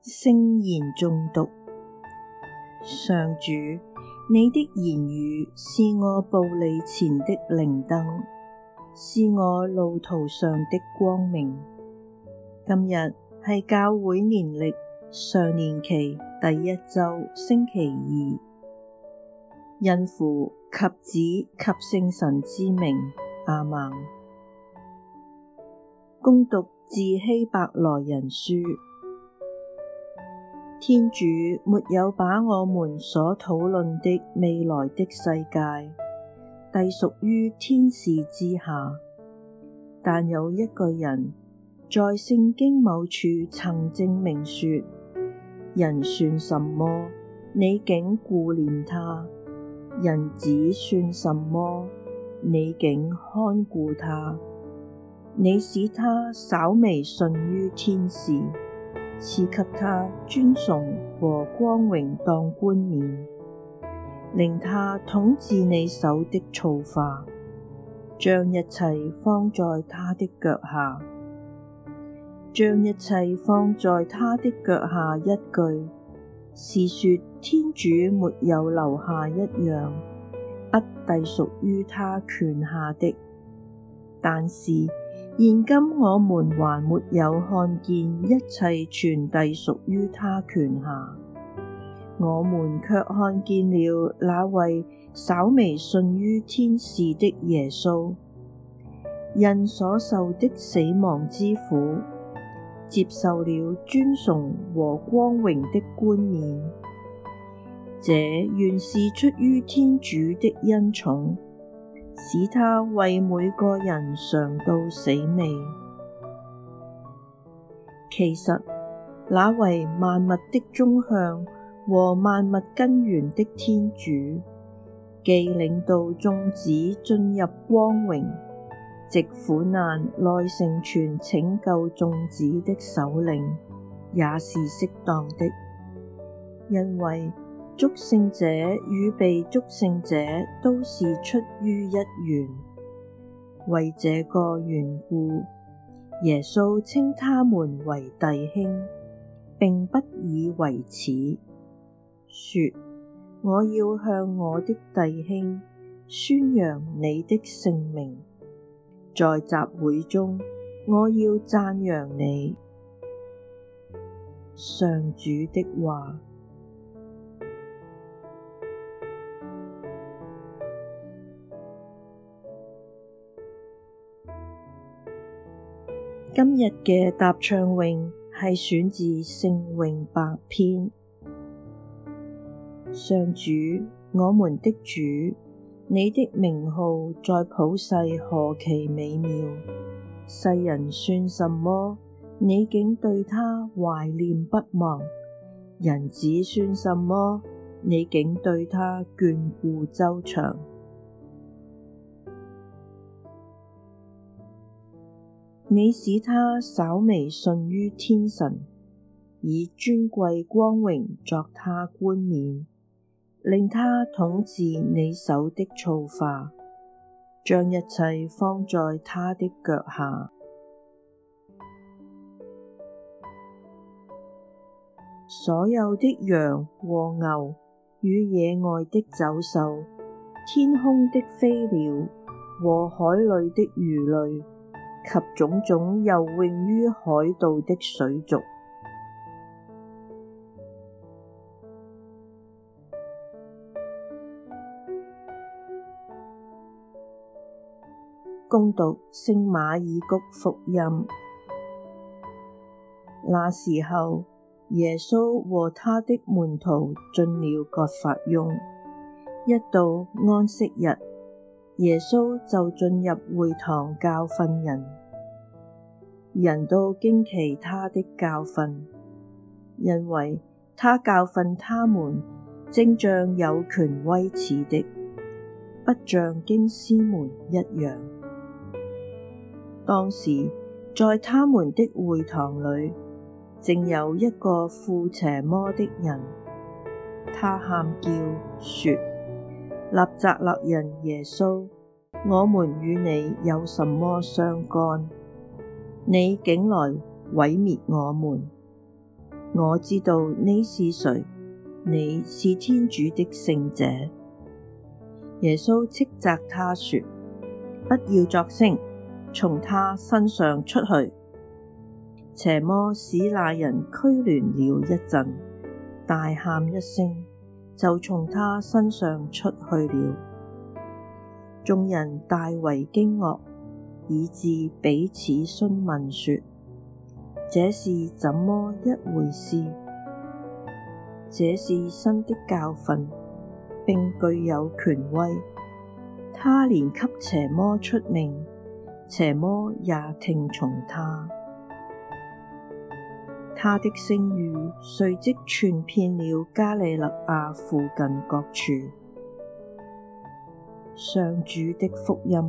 聖言誦讀。上主，你的言語是我步履前的靈燈，是我路途上的光明。今日係教會年曆常年期第1週星期2，因父及子及聖神之名，阿們。恭讀致希伯來人書。天主沒有把我們所討論的未來的世界隸屬於天使之下，但有一個人在聖經某處曾證明說：人算什麼，你竟顧念他；人子算什麼，你竟看顧他。你使他稍微遜於天使，賜給他尊崇和光榮當冠冕，令他統治你手的造化，將一切放在他的腳下。將一切放在他的腳下一句，是說天主沒有留下一樣不隸屬於他權下的。但是現今我們還沒有看見一切全隸屬於他權下，我們卻看見了那位稍微遜於天使的耶穌，因所受的死亡之苦，接受了尊崇和光榮的冠冕。這原是出於天主的恩寵，使他為每個人嘗到死味。其實，那為萬物的終向和萬物根源的天主，既領導眾子進入光榮，藉苦難來成全拯救眾子的首領，也是適當的。因為祝聖者與被祝聖者都是出於一源。為這個緣故，耶穌稱他們為弟兄，並不以為恥，說：我要向我的弟兄宣揚你的聖名，在集會中我要讚揚你。上主的話。今日嘅答唱詠係選自聖詠8篇。上主，我們的主，你的名號在普世何其美妙！世人算什麼，你竟對他懷念不忘；人子算什麼，你竟對他眷顧周詳。你使他稍微遜於天神，以尊貴光榮作他冠冕，令他統治你手的造化，將一切放在他的腳下。所有的羊和牛與野外的走獸，天空的飛鳥和海裏的魚類，及種種游泳於海道的水族，恭讀聖馬爾谷福音。那時候，耶穌和他的門徒進了葛法翁。一到安息日，耶穌就進入會堂教訓人，人都驚奇他的教訓，因為他教訓他們，正像有權威似的，不像經師們一樣。當時，在他們的會堂裏，正有一個附邪魔的人，他喊叫說：納匝肋人耶穌，我們與你有什麼相干？你竟來毀滅我們！ 我知道你是誰，你是天主的聖者。耶穌斥責他說：不要作聲，從他身上出去。邪魔使那人拘攣了一陣，大喊一聲，就從他身上出去了。眾人大為驚愕，以致彼此詢問說：這是怎麼一回事？這是新的教訓，並具有權威。他連給邪魔出命，邪魔也聽從他。他的聲譽隨即傳遍了加里肋亞附近各處。上主的福音。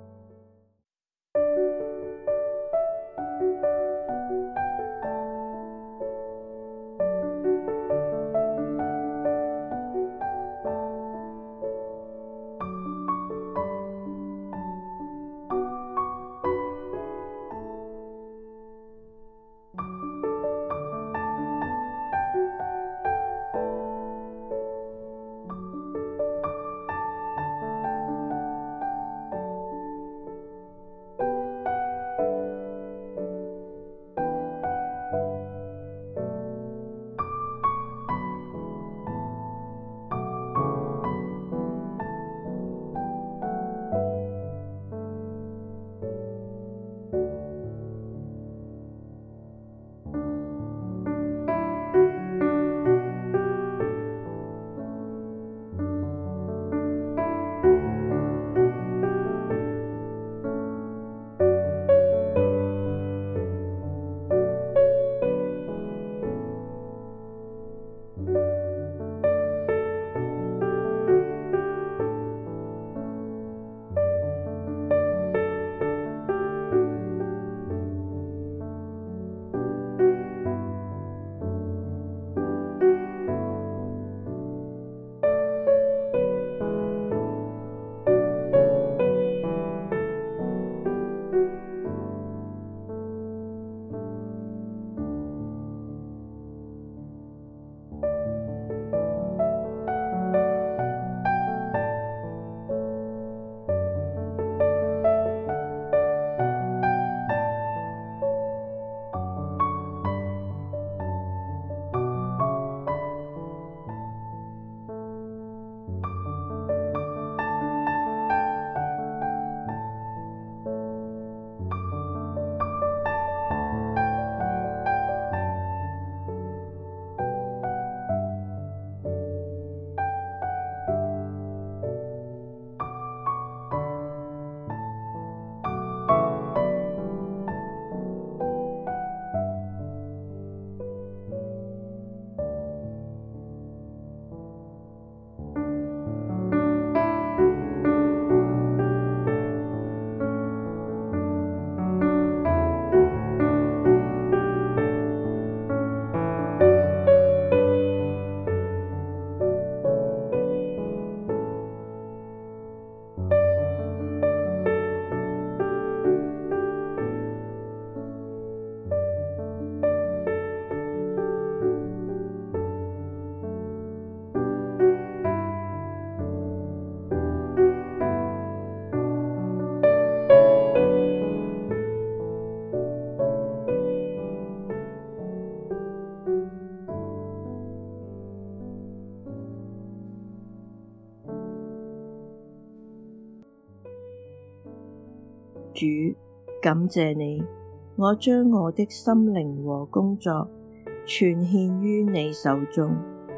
主，感謝你，我將我的心靈和工作全獻於你手中。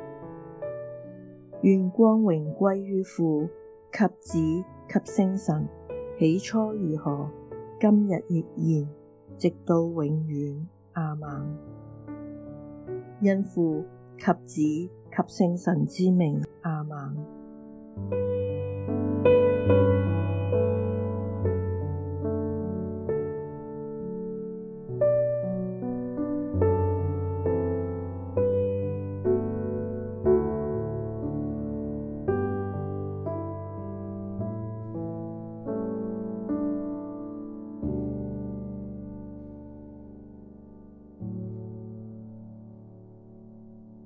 願光榮歸於父及子及聖神，起初如何，今日亦然，直到永遠。阿們。因父及子及聖神之名。阿們。